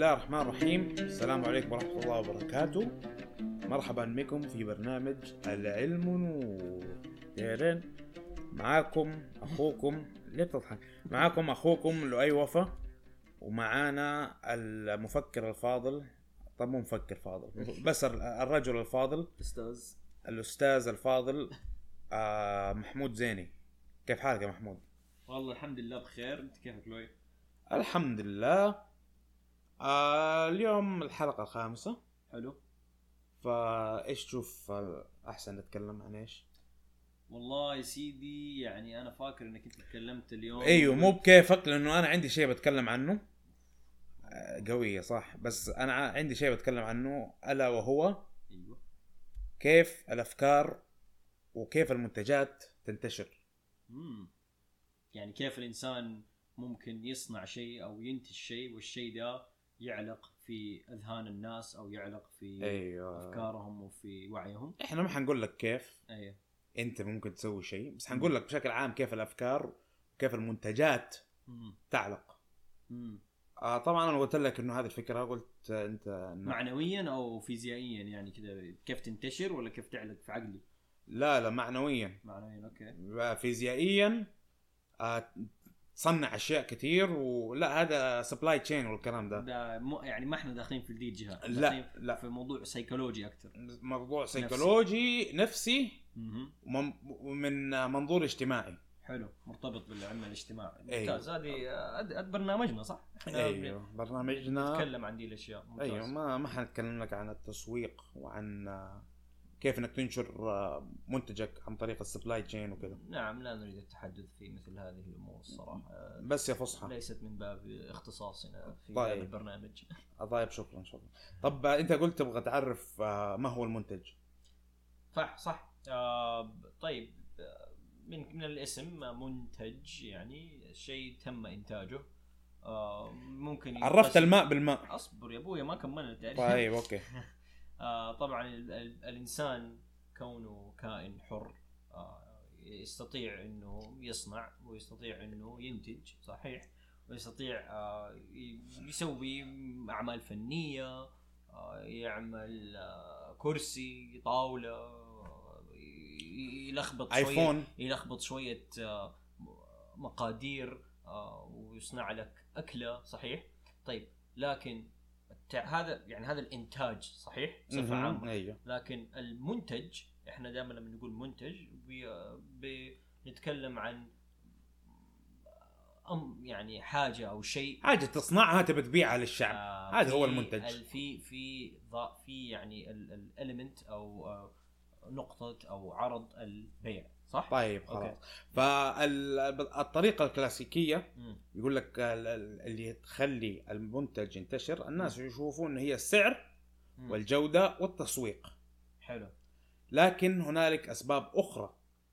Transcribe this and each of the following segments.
الله الرحمن الرحيم. السلام عليكم ورحمة الله وبركاته. مرحبا بكم في برنامج العلم نور. ديرين معاكم أخوكم لؤي وفا، ومعانا المفكر الفاضل. طب مو مفكر فاضل بس الرجل الفاضل، الأستاذ الفاضل محمود زيني. كيف حالك يا محمود؟ والله الحمد لله بخير. انت كيفك لؤي؟ الحمد لله. اليوم الحلقة 5. حلو. فايش تشوف احسن نتكلم عن ايش؟ والله يا سيدي يعني انا فاكر انك انت تكلمت اليوم. ايوه مو بكيفك، لانه انا عندي شيء بتكلم عنه. قوية صح، بس انا عندي شيء بتكلم عنه الا وهو ايوه كيف الافكار وكيف المنتجات تنتشر. يعني كيف الانسان ممكن يصنع شيء او ينتج شيء، والشيء ده يعلق في اذهان الناس او يعلق في افكارهم وفي وعيهم. احنا ما حنقول لك كيف ايوه انت ممكن تسوي شيء، بس حنقول لك بشكل عام كيف الافكار وكيف المنتجات تعلق. طبعا انا قلت لك انه هذه الفكره، قلت انت معنويا او فيزيائيا، يعني كذا كيف تنتشر ولا كيف تعلق في عقلي؟ لا معنويا. اوكي. فيزيائيا تصنع اشياء كثير، ولا هذا سبلاي تشين والكلام ده يعني ما احنا داخلين في دي الجهه، لا في موضوع سيكولوجي اكثر، موضوع سيكولوجي نفسي ومن منظور اجتماعي. حلو، مرتبط بالعلم الاجتماعي. ممتاز. هذه برنامجنا صح؟ ايوه برنامجنا نتكلم عن دي الاشياء. ممتاز. ايوه ما حنتكلم لك عن التسويق وعن كيف انك تنشر منتجك عن طريق السبلاي تشين وكذا. نعم، لا نريد التحدث في مثل هذه الامور الصراحه، بس يا فصحى ليست من باب اختصاصنا في هذا البرنامج. طيب شكرا. طب انت قلت تبغى تعرف ما هو المنتج. صح. طيب، من الاسم منتج يعني شيء تم انتاجه. ممكن عرفت الماء بالماء. اصبر يا ابويا، ما كملت يعني. طيب اوكي. طبعا الانسان كونه كائن حر، يستطيع انه يصنع ويستطيع انه ينتج، صحيح، ويستطيع يسوي اعمال فنيه، يعمل كرسي، طاوله، يلخبط ايفون، يلخبط شويه مقادير، ويصنع لك اكله، صحيح. طيب لكن هذا الانتاج، صحيح، بصفه عامه. أيوه. لكن المنتج، احنا دائما لما نقول منتج بنتكلم عن يعني حاجه او شيء، حاجه تصنعها تبي تبيعها للشعب. هذا هو المنتج. في يعني الاليمنت او نقطه او عرض البيع، صح. طيب خلاص. فالطريقه الكلاسيكيه يقول لك اللي تخلي المنتج ينتشر، الناس يشوفون ان هي السعر والجوده والتسويق. حلو. لكن هنالك اسباب اخرى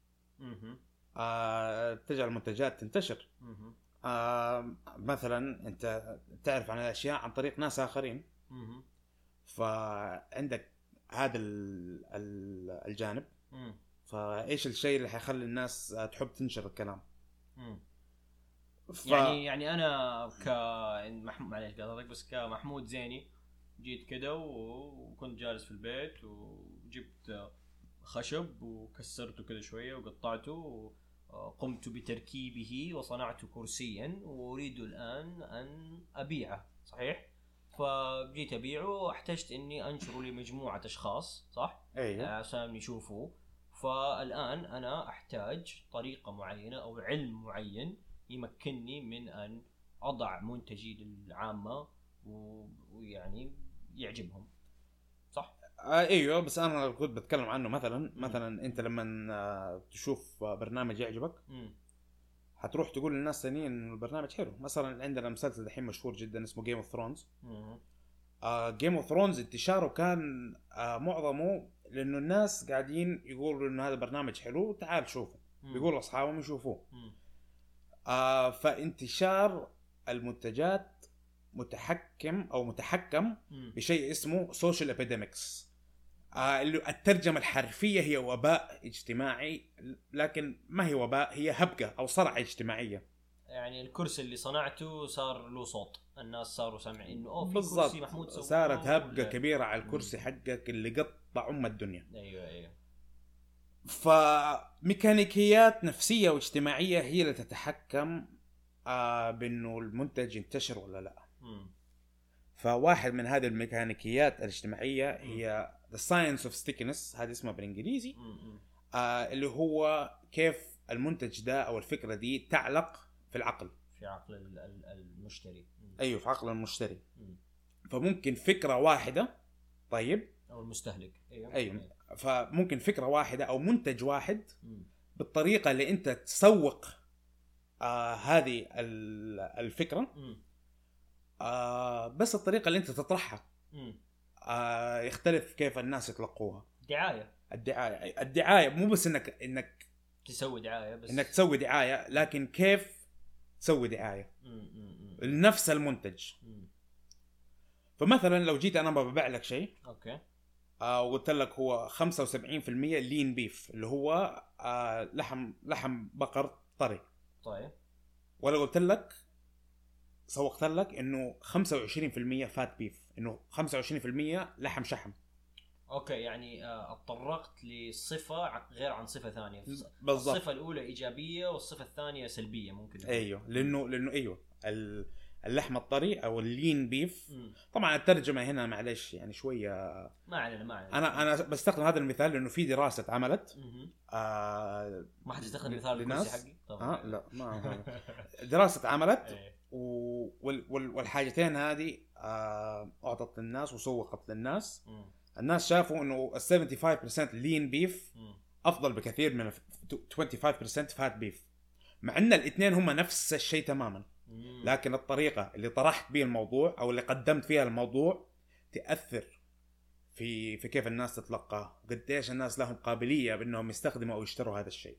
تجعل المنتجات تنتشر. مثلا انت تعرف عن الاشياء عن طريق ناس اخرين، فعندك هذا الجانب. فايش الشيء اللي حيخلي الناس تحب تنشر الكلام؟ يعني انا معليش قاطعتك، بس كمحمود زيني جيت كده وكنت جالس في البيت وجبت خشب وكسرته كده شويه وقطعته وقمت بتركيبه وصنعت كرسيا واريد الان ان ابيعه، صحيح. فجيت ابيعه واحتجت اني انشره لمجموعه اشخاص، صح. أيوه. عشان يشوفوا. فالآن أنا أحتاج طريقة معينة أو علم معين يمكنني من أن أضع منتجي للعامة ويعني يعجبهم، صح؟ أيوة، بس أنا كنت بتكلم عنه. مثلا أنت لما تشوف برنامج يعجبك هتروح تقول للناس ثانيين إنه البرنامج حلو. مثلا عندنا مسلسل دحين مشهور جدا اسمه Game of Thrones. Game of Thrones انتشاره كان معظمه لأنه الناس قاعدين يقولوا إنه هذا برنامج حلو، تعال شوفه. بيقولوا أصحابهم يشوفوه. فانتشار المنتجات متحكم بشيء اسمه social epidemics. اللي الترجمة الحرفية هي وباء اجتماعي، لكن ما هي وباء، هي هبقة أو صرعة اجتماعية. يعني الكرسي اللي صنعته صار له صوت، الناس صاروا سامعين انه في بالضبط. كرسي محمود سواه، صارت هبقة كبيرة على الكرسي حقك اللي قطع الدنيا. ايوه. فميكانيكيات نفسية واجتماعية هي اللي تتحكم بانه المنتج ينتشر ولا لا. فواحد من هذه الميكانيكيات الاجتماعية هي The Science of Stickiness، هذا اسمها بالانجليزي. اللي هو كيف المنتج ده او الفكرة دي تعلق في العقل، في عقل المشتري. ايوه في عقل المشتري. فممكن فكرة واحدة، طيب، او المستهلك. ايوه فممكن فكرة واحدة او منتج واحد بالطريقة اللي انت تسوق هذه الفكرة، بس الطريقة اللي انت تطرحها يختلف كيف الناس يتلقوها. الدعاية مو بس انك تسوي دعاية، بس انك تسوي دعاية، لكن كيف تسوي دعاية لنفس المنتج. فمثلا لو جيت انا ببيع لك شيء، اوكي، وقلت لك هو 75% لين بيف، اللي هو لحم بقر طري. طيب، ولا قلت لك سوقت لك انه 25% فات بيف، انه 25% لحم شحم. اوكي، يعني اتطرقت لصفه غير عن صفه ثانيه. بالضبط. الصفه الاولى ايجابيه والصفه الثانيه سلبيه ممكن يكون. ايوه، لانه ايوه اللحم الطري او اللين بيف. طبعا الترجمه هنا معلش يعني شويه، ما علينا. انا بستخدم هذا المثال لانه في دراسه عملت. ما حد يستخدم مثال الكرسي حقي طبعا. لا ما دراسه عملت والحاجتين هذه اعطت للناس وسوقت للناس. الناس شافوا انه 75% لين بيف افضل بكثير من 25% فات بيف، مع ان الاثنين هم نفس الشيء تماما، لكن الطريقة اللي طرحت بها الموضوع او اللي قدمت فيها الموضوع تأثر في كيف الناس تتلقاه، وقديش الناس لهم قابلية بانهم يستخدموا او يشتروا هذا الشيء.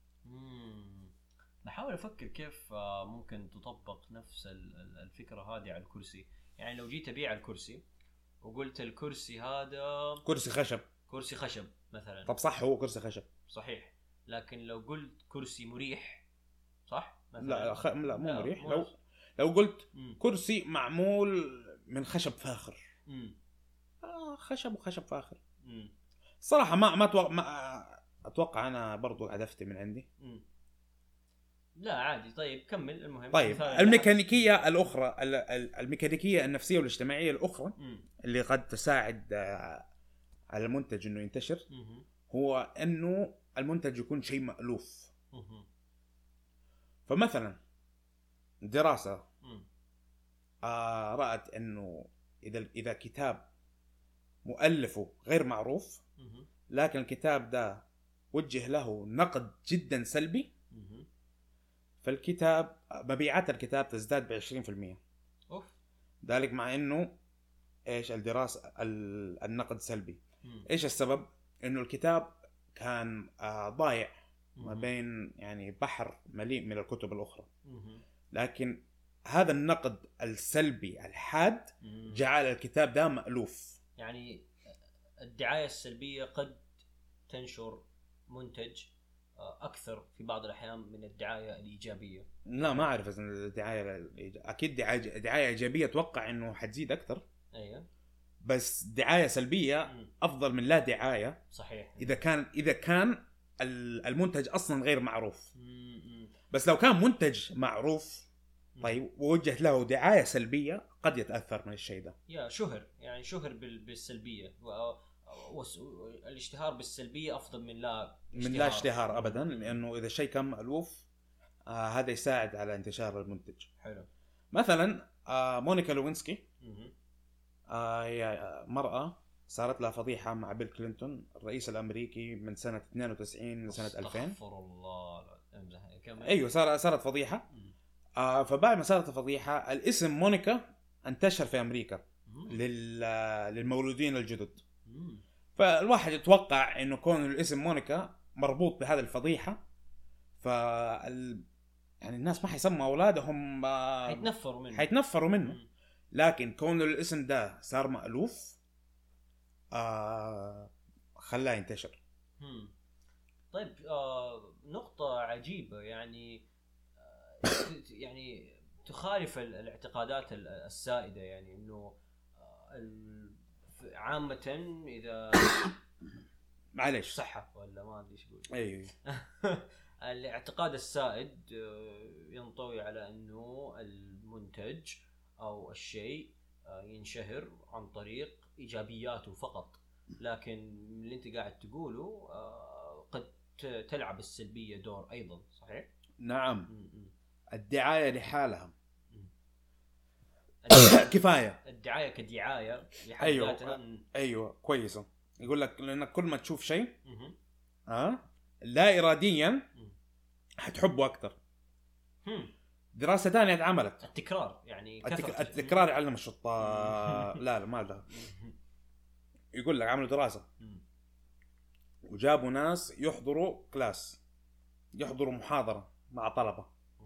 بحاول افكر كيف ممكن تطبق نفس الفكرة هذه على الكرسي. يعني لو جيت ابيع الكرسي وقلت الكرسي هذا كرسي خشب مثلا. طب صح، هو كرسي خشب صحيح، لكن لو قلت كرسي مريح، صح مثلا؟ لا مو مريح. لو قلت كرسي معمول من خشب فاخر، خشب وخشب فاخر. صراحة ما اتوقع انا برضو عدفتي من عندي. لا عادي. طيب كمل. المهم، طيب الميكانيكية الأخرى، الميكانيكية النفسية والاجتماعية الأخرى اللي قد تساعد على المنتج إنه ينتشر، هو إنه المنتج يكون شيء مألوف. فمثلا دراسة رأت إنه إذا كتاب مؤلفه غير معروف، لكن الكتاب ده وجه له نقد جدا سلبي، فالكتاب مبيعات الكتاب تزداد ب 20%. ذلك مع انه ايش الدراسة النقد سلبي. ايش السبب؟ انه الكتاب كان ضايع ما بين يعني بحر مليء من الكتب الاخرى، لكن هذا النقد السلبي الحاد جعل الكتاب ده مألوف. يعني الدعاية السلبية قد تنشر منتج اكثر في بعض الاحيان من الدعايه الايجابيه. لا ما اعرف اذا الدعايه اكيد دعايه ايجابيه اتوقع انه حتزيد اكثر. ايوه، بس دعايه سلبيه افضل من لا دعايه. صحيح. اذا كان المنتج اصلا غير معروف. بس لو كان منتج معروف طيب ووجه له دعايه سلبيه قد يتاثر من الشيء ده. شهر بالسلبيه، الاشتهار بالسلبيه افضل من لا اشتهار ابدا، لانه اذا الشيء كان مألوف هذا يساعد على انتشار المنتج. حلو. مثلا مونيكا لوينسكي هي مرأة صارت لها فضيحة مع بيل كلينتون الرئيس الامريكي من سنة 92 لسنة 2000. استغفر الله. ايوه صارت فضيحة. فبعد ما صارت الفضيحة الاسم مونيكا انتشر في امريكا للمولودين الجدد. فالواحد يتوقع انه كون الاسم مونيكا مربوط بهذه الفضيحة يعني الناس ما حيسموا اولادهم حيتنفروا منه. لكن كون الاسم ده صار مألوف خلاه ينتشر. طيب نقطة عجيبة. يعني يعني تخالف الاعتقادات السائدة، يعني انه عامة اذا معليش صحة ولا ما ادري ايش اقول. اي الاعتقاد السائد ينطوي على انه المنتج او الشيء ينشهر عن طريق ايجابياته فقط، لكن اللي انت قاعد تقوله قد تلعب السلبية دور ايضا، صحيح؟ نعم. الدعاية لحالها كفاية. الدعاية كدعاية لحد ايوه ذاتها. ايوه كويسة. يقول لك لانك كل ما تشوف شيء لا اراديا حتحبه اكثر. دراسة ثانية اتعملت، التكرار يعني التكرار يعلم الشطار. لا ما له. يقول لك عملوا دراسة وجابوا ناس يحضروا كلاس، يحضروا محاضرة مع طلبة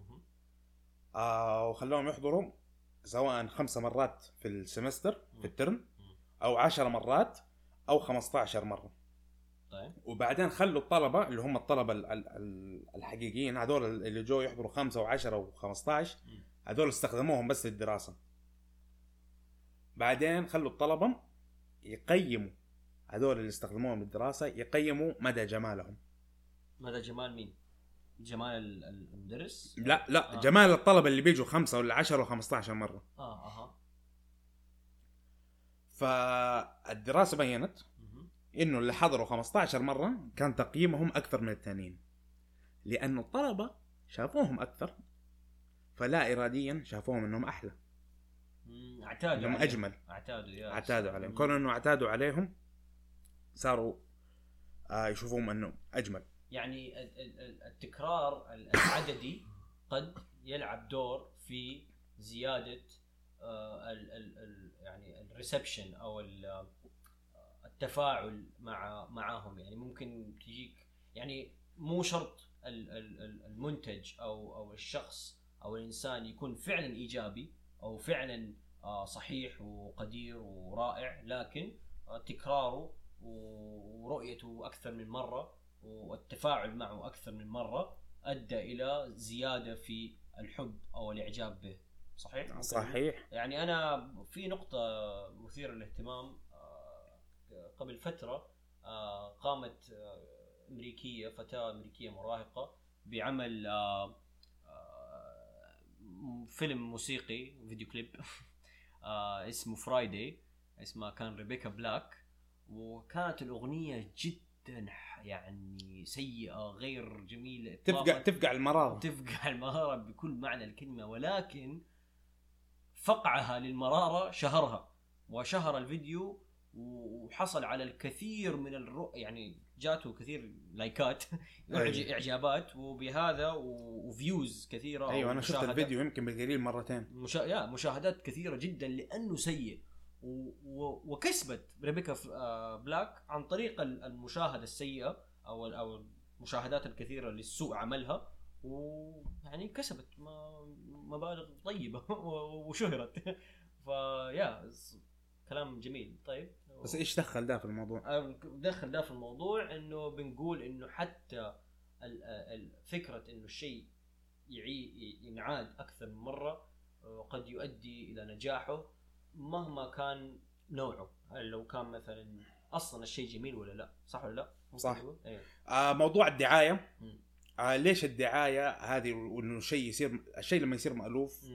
وخلوهم يحضروا سواء 5 مرات في السمستر في الترم او 10 مرات او 15 مرة. طيب. وبعدين خلوا الطلبة اللي هم الطلبة الحقيقيين هذول اللي جو يحضروا 5 و10 و15 هذول استخدموهم بس للدراسة. بعدين خلوا الطلبة يقيموا هذول اللي استخدموهم للدراسة، يقيموا مدى جمالهم. مدى جمال مين؟ جمال المدرس؟ لا جمال الطلبة اللي بيجوا 5 ولا 10 و15 مرة. فالدراسة بيّنت إنه اللي حضروا 15 مرة كان تقييمهم أكثر من الثانيين، لأن الطلبة شافوهم أكثر فلا إراديا شافوهم إنهم أحلى، اعتادوا إنهم أجمل، اعتادوا عليهم. كونوا إنه اعتادوا عليهم صاروا يشوفوهم إنه أجمل. يعني التكرار العددي قد يلعب دور في زيادة يعني الريسبشن أو التفاعل معهم. يعني ممكن تجيك، يعني مو شرط المنتج أو الشخص أو الإنسان يكون فعلا إيجابي أو فعلا صحيح وقدير ورائع، لكن تكراره ورؤيته أكثر من مرة والتفاعل معه أكثر من مرة أدى إلى زيادة في الحب أو الإعجاب به. صحيح؟ صحيح. يعني أنا في نقطة مثيرة للاهتمام. قبل فترة قامت أمريكية، فتاة أمريكية مراهقة، بعمل فيلم موسيقي فيديو كليب اسمه فرايداي، اسمها كان ريبيكا بلاك، وكانت الأغنية جدا يعني سيئة غير جميلة، تفقع المرارة بكل معنى الكلمة، ولكن فقعها للمرارة شهرها وشهر الفيديو وحصل على الكثير من يعني جاته كثير لايكات اعجابات، وبهذا وفيوز كثيره. ايوه انا شفت الفيديو يمكن بالقليل مرتين. مشاهدات كثيره جدا لانه سيء، وكسبت ريبيكا بلاك عن طريق المشاهده السيئه او المشاهدات الكثيره للسوء عملها، ويعني كسبت مبالغ طيبه وشهرت. فيا كلام جميل. طيب بس ايش دخل ده في الموضوع؟ دخل ده في الموضوع انه بنقول انه حتى فكرة انه الشيء ينعاد اكثر من مرة قد يؤدي الى نجاحه مهما كان نوعه، لو كان مثلا اصلا الشيء جميل ولا لا. صح ولا لا؟ صح. موضوع الدعاية ليش الدعاية هذه وانه شيء يصير، الشيء لما يصير مألوف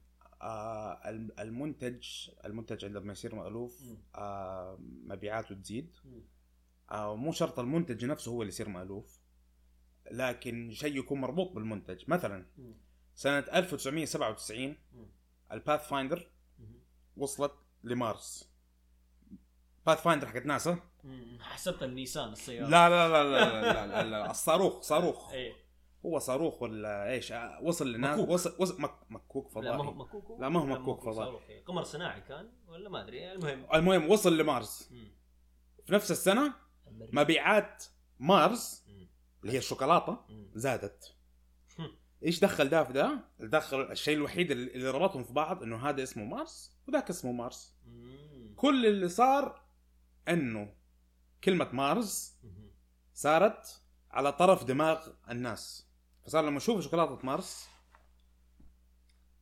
المنتج عندما يصير مألوف مبيعاته تزيد. مو شرط المنتج نفسه هو اللي يصير مألوف، لكن شيء يكون مربوط بالمنتج. مثلا سنة 1997 الباث فايندر وصلت لمارس. باث فايندر حقت ناسا. حسبت النيسان السيارة. لا الصاروخ هو صاروخ ولا ايش؟ وصل للناس. وصل مكوك فضائي. لا ما هو مكوك فضائي، قمر صناعي كان ولا ما ادري. المهم وصل لمارس. في نفس السنة مبيعات مارس اللي هي الشوكولاتة زادت. ايش دخل ده في ده؟ دخل الشيء الوحيد اللي ربطهم في بعض انه هذا اسمه مارس وذاك اسمه مارس. كل اللي صار انه كلمة مارس صارت على طرف دماغ الناس، فصار لما يشوفوا شوكولاتة مارس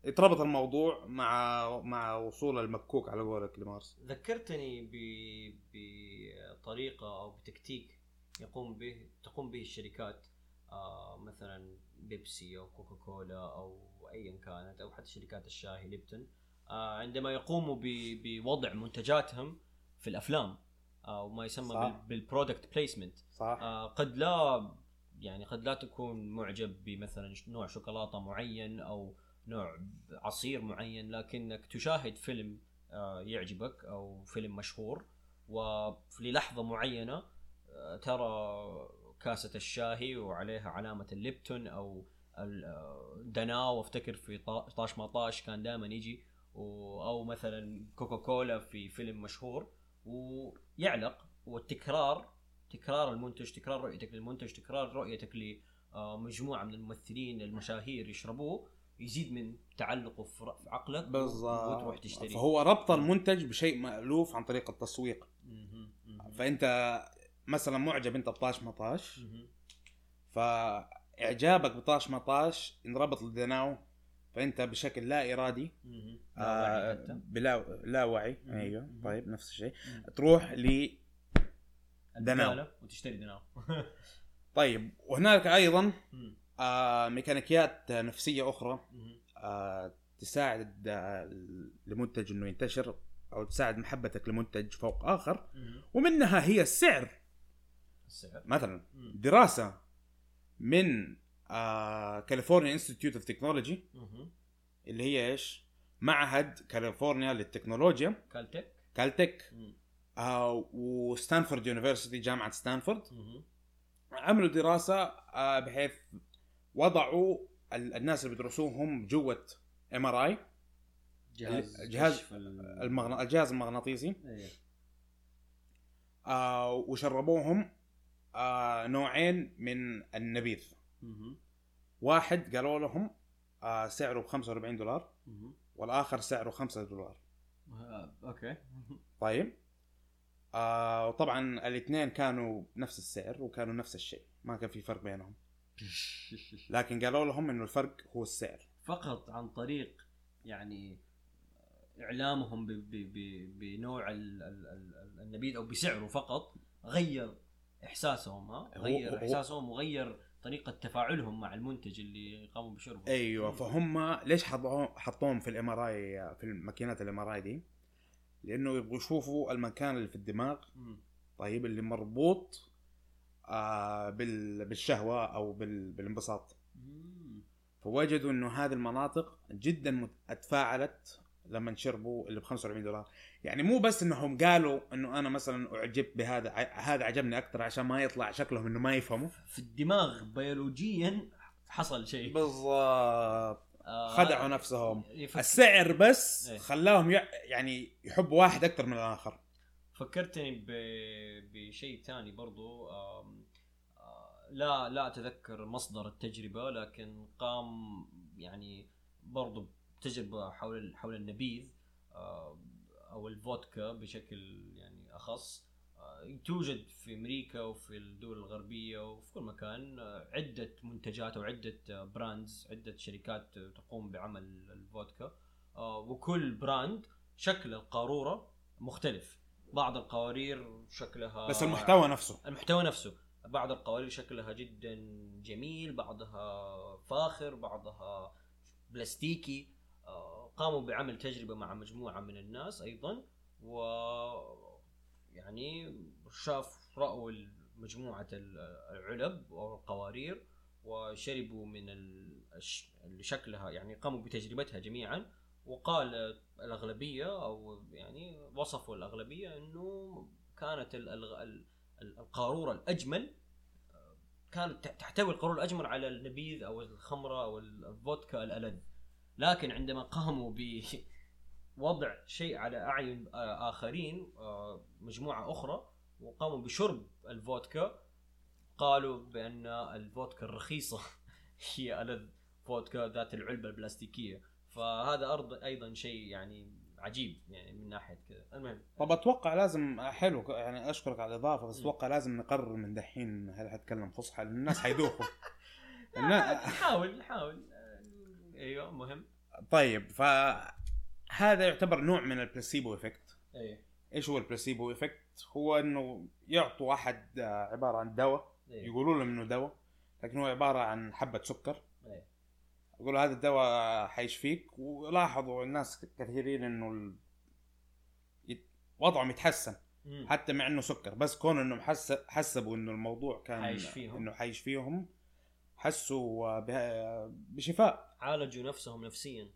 اتربط الموضوع مع وصول المكوك على قولك لمارس. ذكرتني بطريقة أو بتكتيك تقوم به الشركات، مثلا بيبسي أو كوكاكولا أو أيا كانت، أو حتى شركات الشاي ليبتون، عندما يقوموا بوضع منتجاتهم في الأفلام أو ما يسمى بالبرودكت بليسمنت. قد لا تكون معجب بمثلا نوع شوكولاتة معين أو نوع عصير معين، لكنك تشاهد فيلم يعجبك أو فيلم مشهور، وفي لحظة معينة ترى كاسة الشاهي وعليها علامة الليبتون أو الدناو، وافتكر في طاش مطاش كان دائما يجي، أو مثلا كوكاكولا في فيلم مشهور، ويعلق. والتكرار، تكرار المنتج، تكرار رؤيتك للمنتج، تكرار رؤيتك لمجموعة من الممثلين المشاهير يشربوه، يزيد من تعلقه في عقلك وتروح تشتري. فهو ربط المنتج بشيء مألوف عن طريق التسويق. فأنت مثلا معجب انت بطاش مطاش، فإعجابك بطاش مطاش انربط للدناو، فأنت بشكل لا إرادي لا وعي أيوه طيب نفس الشيء تروح لدناو وتشتري دناو. طيب وهناك أيضا ميكانيكيات نفسية أخرى تساعد لمنتج إنه ينتشر أو تساعد محبتك لمنتج فوق آخر، ومنها هي السعر. مثلا دراسة من كاليفورنيا انستيتيوت اوف تكنولوجي، اللي هي إيش؟ معهد كاليفورنيا للتكنولوجيا، كالتك، وستانفورد يونيفرسيتي، جامعة ستانفورد، عملوا دراسة بحيث وضعوا الناس اللي بيدرسوهم جوة MRI، الجهاز المغناطيسي، وشربوهم نوعين من النبيذ. واحد قالوا لهم سعره $45 والآخر سعره $5. أوكي. طيب وطبعا الاثنين كانوا نفس السعر وكانوا نفس الشيء، ما كان في فرق بينهم، لكن قالوا لهم انه الفرق هو السعر فقط عن طريق يعني اعلامهم بنوع النبيذ او بسعره فقط. غير احساسهم، احساسهم وغير طريقة تفاعلهم مع المنتج اللي قاموا بشربه. ايوه، فهم ليش حطوهم في الMRI، في الماكينات الMRI دي؟ لانه يبغوا يشوفوا المكان اللي في الدماغ طيب اللي مربوط بالشهوة او بالانبساط. فوجدوا انه هذه المناطق جدا اتفاعلت لما شربوا اللي $45. يعني مو بس انهم قالوا انه انا مثلا اعجبت بهذا، هذا عجبني اكثر، عشان ما يطلع شكلهم انه ما يفهموا في الدماغ بيولوجيا حصل شيء بالضبط. خدعوا نفسهم. السعر بس خلاهم يعني يحبوا واحد اكثر من الاخر. فكرتني بشيء ثاني برضو، لا اتذكر مصدر التجربة، لكن قام يعني برضو تجربة حول النبيذ او الفودكا بشكل يعني اخص. توجد في امريكا وفي الدول الغربية وفي كل مكان عدة منتجات او عدة براندز، عدة شركات تقوم بعمل الفودكا، وكل براند شكل القارورة مختلف. بعض القوارير شكلها بس المحتوى نفسه بعض القوارير شكلها جدا جميل، بعضها فاخر، بعضها بلاستيكي. قاموا بعمل تجربة مع مجموعة من الناس أيضا، ويعني رأوا مجموعة العلب والقوارير وشربوا من اللي شكلها، يعني قاموا بتجربتها جميعا، وقال الأغلبية أو يعني وصفوا الأغلبية أنه كانت القارورة الأجمل، كانت تحتوي القارورة الأجمل على النبيذ أو الخمرة أو الفودكا الألذ. لكن عندما قاموا بوضع شيء على أعين آخرين، مجموعة أخرى، وقاموا بشرب الفودكا، قالوا بأن الفودكا الرخيصة هي ألذ فودكا ذات العلبة البلاستيكية. فهذا أيضا شيء يعني عجيب يعني من ناحية كذا. المهم، طب أتوقع لازم حلو يعني أشكرك على الإضافة، بس أتوقع لازم نقرر من دحين هل هتكلم فصحى لأن الناس حيدوخوا. حاول ايوه مهم. طيب فهذا يعتبر نوع من البلاسيبو افكت. ايه ايش هو البلاسيبو افكت؟ هو انه يعطوا واحد عباره عن دواء، يقولوا له انه دواء لكن هو عباره عن حبه سكر. يقولوا هذا الدواء حيشفيك، ولاحظوا الناس كثيرين انه وضعهم يتحسن حتى مع انه سكر، بس كون انهم حسبوا انه الموضوع كان انه حيشفيهم، حسوا بشفاء، عالجوا نفسهم نفسيا.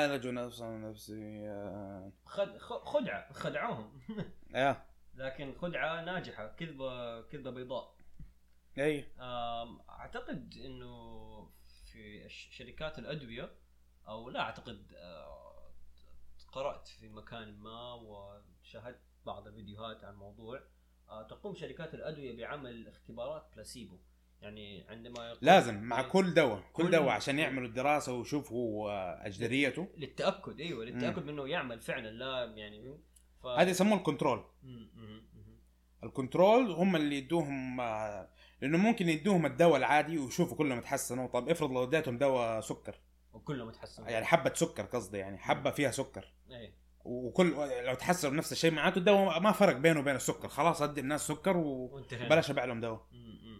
خدعوهم. لكن خدعة ناجحة، كذبة بيضاء. اي اعتقد انه في شركات الادوية، او لا اعتقد، قرأت في مكان ما وشاهدت بعض الفيديوهات عن الموضوع. تقوم شركات الادوية بعمل اختبارات بلاسيبو، يعني عندما لازم مع كل دواء عشان يعملوا الدراسة ويشوفوا أجدريته للتأكد. ايوه للتأكد منه يعمل فعلا، لا يعني هذا يسموه الكنترول. الكنترول هم اللي يدوهم، لانه ممكن يدوهم الدواء العادي ويشوفوا كلهم تحسنوا. طب افرض لو اديتهم دواء سكر وكلهم تحسنوا، يعني حبة سكر قصدي، يعني حبة فيها سكر، ايه وكل لو تحسنوا بنفس الشيء معناته الدواء ما فرق بينه وبين السكر، خلاص ادي الناس سكر وبلاش ابيع لهم دواء.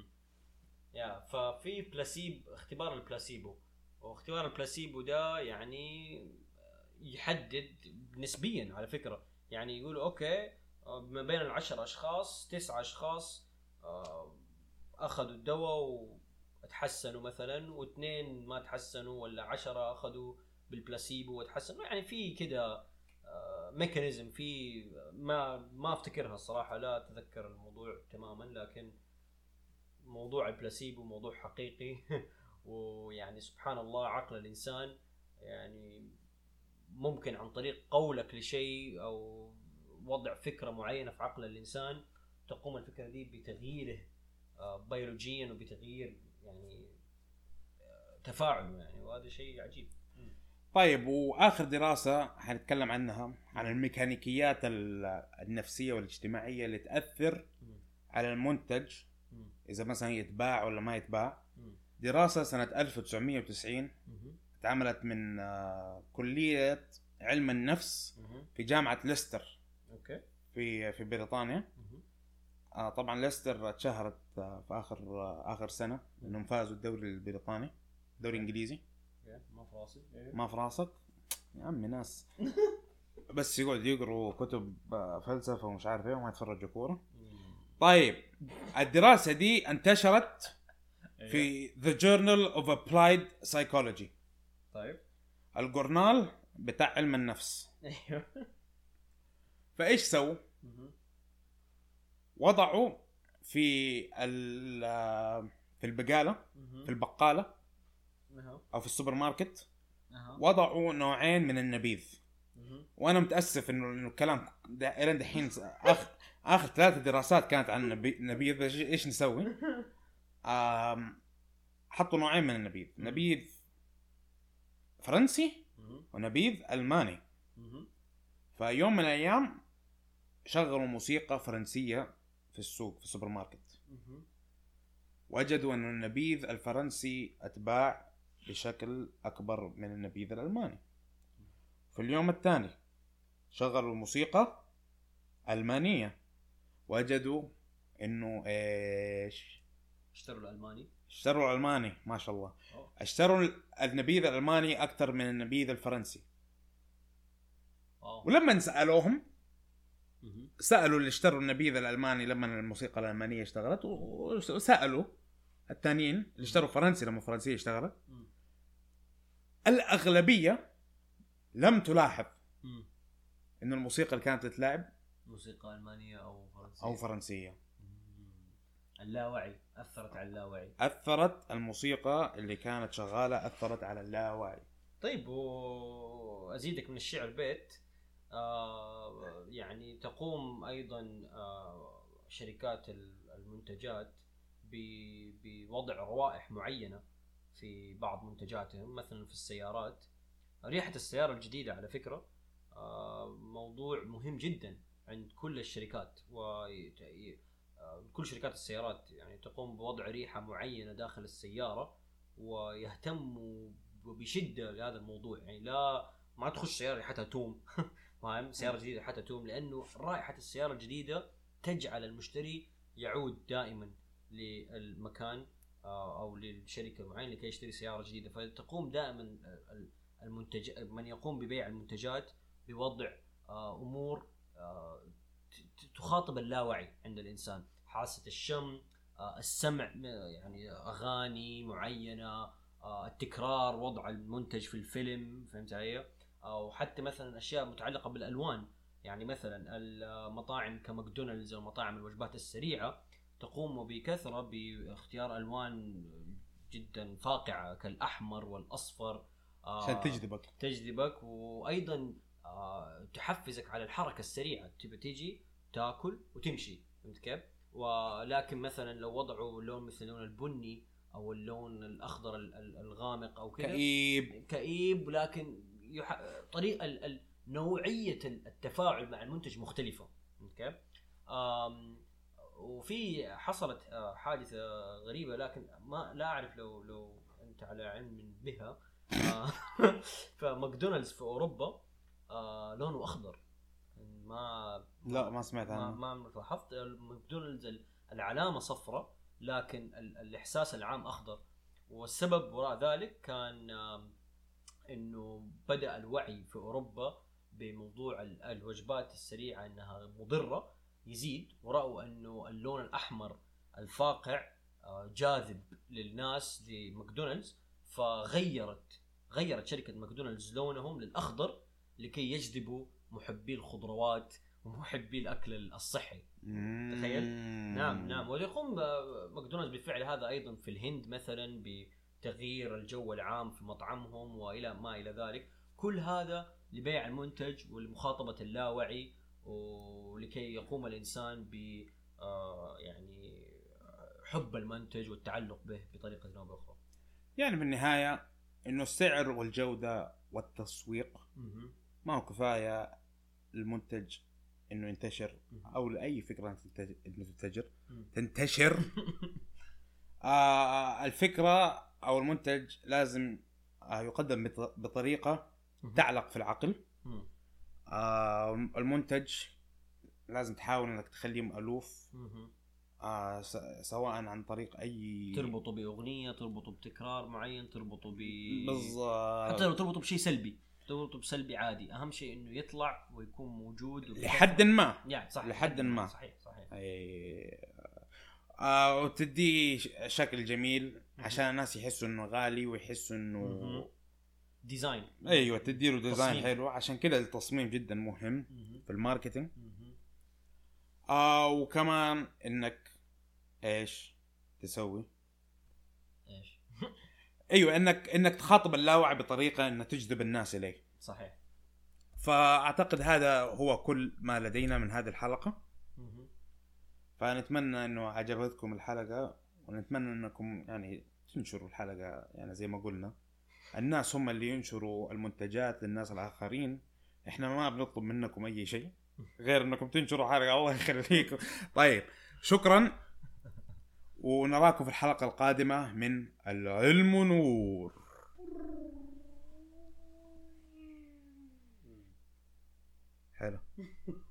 ففي اختبار البلاسيبو، واختبار البلاسيبو ده يعني يحدد نسبيا على فكرة. يعني يقولوا اوكي ما بين 10 اشخاص 9 اشخاص اخذوا الدواء وتحسنوا مثلا، واثنين ما تحسنوا، ولا 10 اخذوا بالبلاسيبو وتحسنوا. يعني في كده ميكانيزم، في ما افتكرها الصراحة، لا اتذكر الموضوع تماما، لكن موضوع البلاسيبو موضوع حقيقي. ويعني سبحان الله عقل الإنسان، يعني ممكن عن طريق قولك لشيء أو وضع فكرة معينة في عقل الإنسان تقوم الفكرة دي بتغييره بيولوجيا وبتغيير يعني تفاعله، يعني وهذا شيء عجيب. طيب وآخر دراسة حنتكلم عنها عن الميكانيكيات النفسية والاجتماعية اللي تأثر على المنتج إذا مثلا يتباع ولا ما يتباع. دراسة سنة 1990 اتعملت من كلية علم النفس في جامعة ليستر في بريطانيا. طبعا ليستر اتشهرت في آخر سنة إنهم فازوا الدوري البريطاني، دوري إنجليزي. ما في راسك يا عمي، ناس بس يقعد يقروا كتب فلسفة ومش عارف ايه وما يتفرجوا كورة. طيب الدراسة دي انتشرت في The Journal of Applied Psychology. طيب الجورنال بتاع علم النفس. ايوه فايش سووا؟ وضعوا في البقالة، في البقالة او في السوبر ماركت، وضعوا نوعين من النبيذ. وانا متاسف انه الكلام الى دحين اخر 3 دراسات كانت عن النبيذ. ايش نسوي؟ حطوا نوعين من النبيذ، نبيذ فرنسي ونبيذ الماني. فيوم من الايام شغلوا موسيقى فرنسيه في السوق في السوبر ماركت، وجدوا ان النبيذ الفرنسي اتباع بشكل اكبر من النبيذ الالماني. في اليوم الثاني شغلوا الموسيقى ألمانية، وجدوا إنه إيش؟ اشتروا الألماني ما شاء الله. اشتروا النبيذ الألماني أكثر من النبيذ الفرنسي. ولما سألوهم، سألوا اللي اشتروا النبيذ الألماني لما الموسيقى الألمانية اشتغلت، وسألوا الثانيين اللي اشتروا فرنسي لما الفرنسية اشتغلت. الأغلبية لم تلاحظ إنه الموسيقى اللي كانت تتلعب موسيقى ألمانية أو فرنسية. اللاوعي أثرت على اللاوعي. أثرت الموسيقى اللي كانت شغالة أثرت على اللاوعي. طيب وأزيدك من الشعر بيت، يعني تقوم أيضا شركات المنتجات بوضع روائح معينة في بعض منتجاتهم. مثلا في السيارات، ريحة السيارة الجديدة على فكرة موضوع مهم جدا عند كل الشركات، وكل شركات السيارات يعني تقوم بوضع ريحة معينة داخل السيارة، ويهتموا وبشده لهذا الموضوع. يعني لا ما تخش سياره حتى توم فاهم، سياره جديده حتى توم، لانه رائحه السياره الجديده تجعل المشتري يعود دائما للمكان او للشركه المعينه لكي يشتري سياره جديده. فتقوم دائما من يقوم ببيع المنتجات بوضع امور تخاطب اللاوعي عند الانسان، حاسه الشم، السمع، يعني اغاني معينه، التكرار، وضع المنتج في الفيلم، فهمت علي؟ او حتى مثلا اشياء متعلقه بالالوان. يعني مثلا المطاعم كماكدونالدز او مطاعم الوجبات السريعه تقوم بكثره باختيار الوان جدا فاقعه كالاحمر والاصفر عشان تجذبك وايضا تحفزك على الحركه السريعه، تبي تيجي تاكل وتمشي، فهمت كيف؟ ولكن مثلا لو وضعوا لون مثل اللون البني او اللون الاخضر الغامق او كذا كئيب، لكن طريقه نوعيه التفاعل مع المنتج مختلفه، فهمت كيف؟ وفي حصلت حادثه غريبه لكن ما لا اعرف لو انت على علم بها. فماكدونالدز في اوروبا لونه اخضر. ما سمعت عنه. ما لاحظت. ماكدونالدز العلامه صفراء لكن الاحساس العام اخضر. والسبب وراء ذلك كان انه بدا الوعي في اوروبا بموضوع الوجبات السريعه انها مضره يزيد، ورأوا انه اللون الاحمر الفاقع جاذب للناس لماكدونالدز، غيرت شركه ماكدونالدز لونهم للاخضر لكي يجذبوا محبي الخضروات ومحبي الاكل الصحي. تخيل. نعم. ويقوم ماكدونالدز بالفعل هذا ايضا في الهند مثلا بتغيير الجو العام في مطعمهم والى ما الى ذلك. كل هذا لبيع المنتج ولمخاطبه اللاوعي ولكي يقوم الانسان ب يعني حب المنتج والتعلق به بطريقه او باخرى. يعني بالنهايه انه السعر والجوده والتسويق ما هو كفايه المنتج انه ينتشر او لاي فكره تنتشر. الفكره او المنتج لازم يقدم بطريقه تعلق في العقل. المنتج لازم تحاول انك تخليه مألوف، سواء عن طريق اي تربطه باغنيه، تربطه بتكرار معين، تربطه بالضبط، حتى لو تربطه بشيء سلبي، تربطه بسلبي عادي، اهم شيء انه يطلع ويكون موجود لحد ما يعني صح لحد ما صحيح وتدي شكل جميل عشان الناس يحسوا انه غالي ويحسوا انه ديزاين. ايوه تديله ديزاين حلو. عشان كده التصميم جدا مهم في الماركتينج. وكمان انك ايش تسوي ايوه انك تخاطب اللاوعي بطريقه انها تجذب الناس اليه. صحيح. فاعتقد هذا هو كل ما لدينا من هذه الحلقه. فنتمنى انه عجبتكم الحلقه، ونتمنى انكم يعني تنشروا الحلقه. يعني زي ما قلنا الناس هم اللي ينشروا المنتجات للناس الآخرين. احنا ما بنطلب منكم اي شيء غير انكم تنشروا حلقة. الله يخليكم. طيب شكرا، ونراكم في الحلقة القادمة من العلم نور. حلو.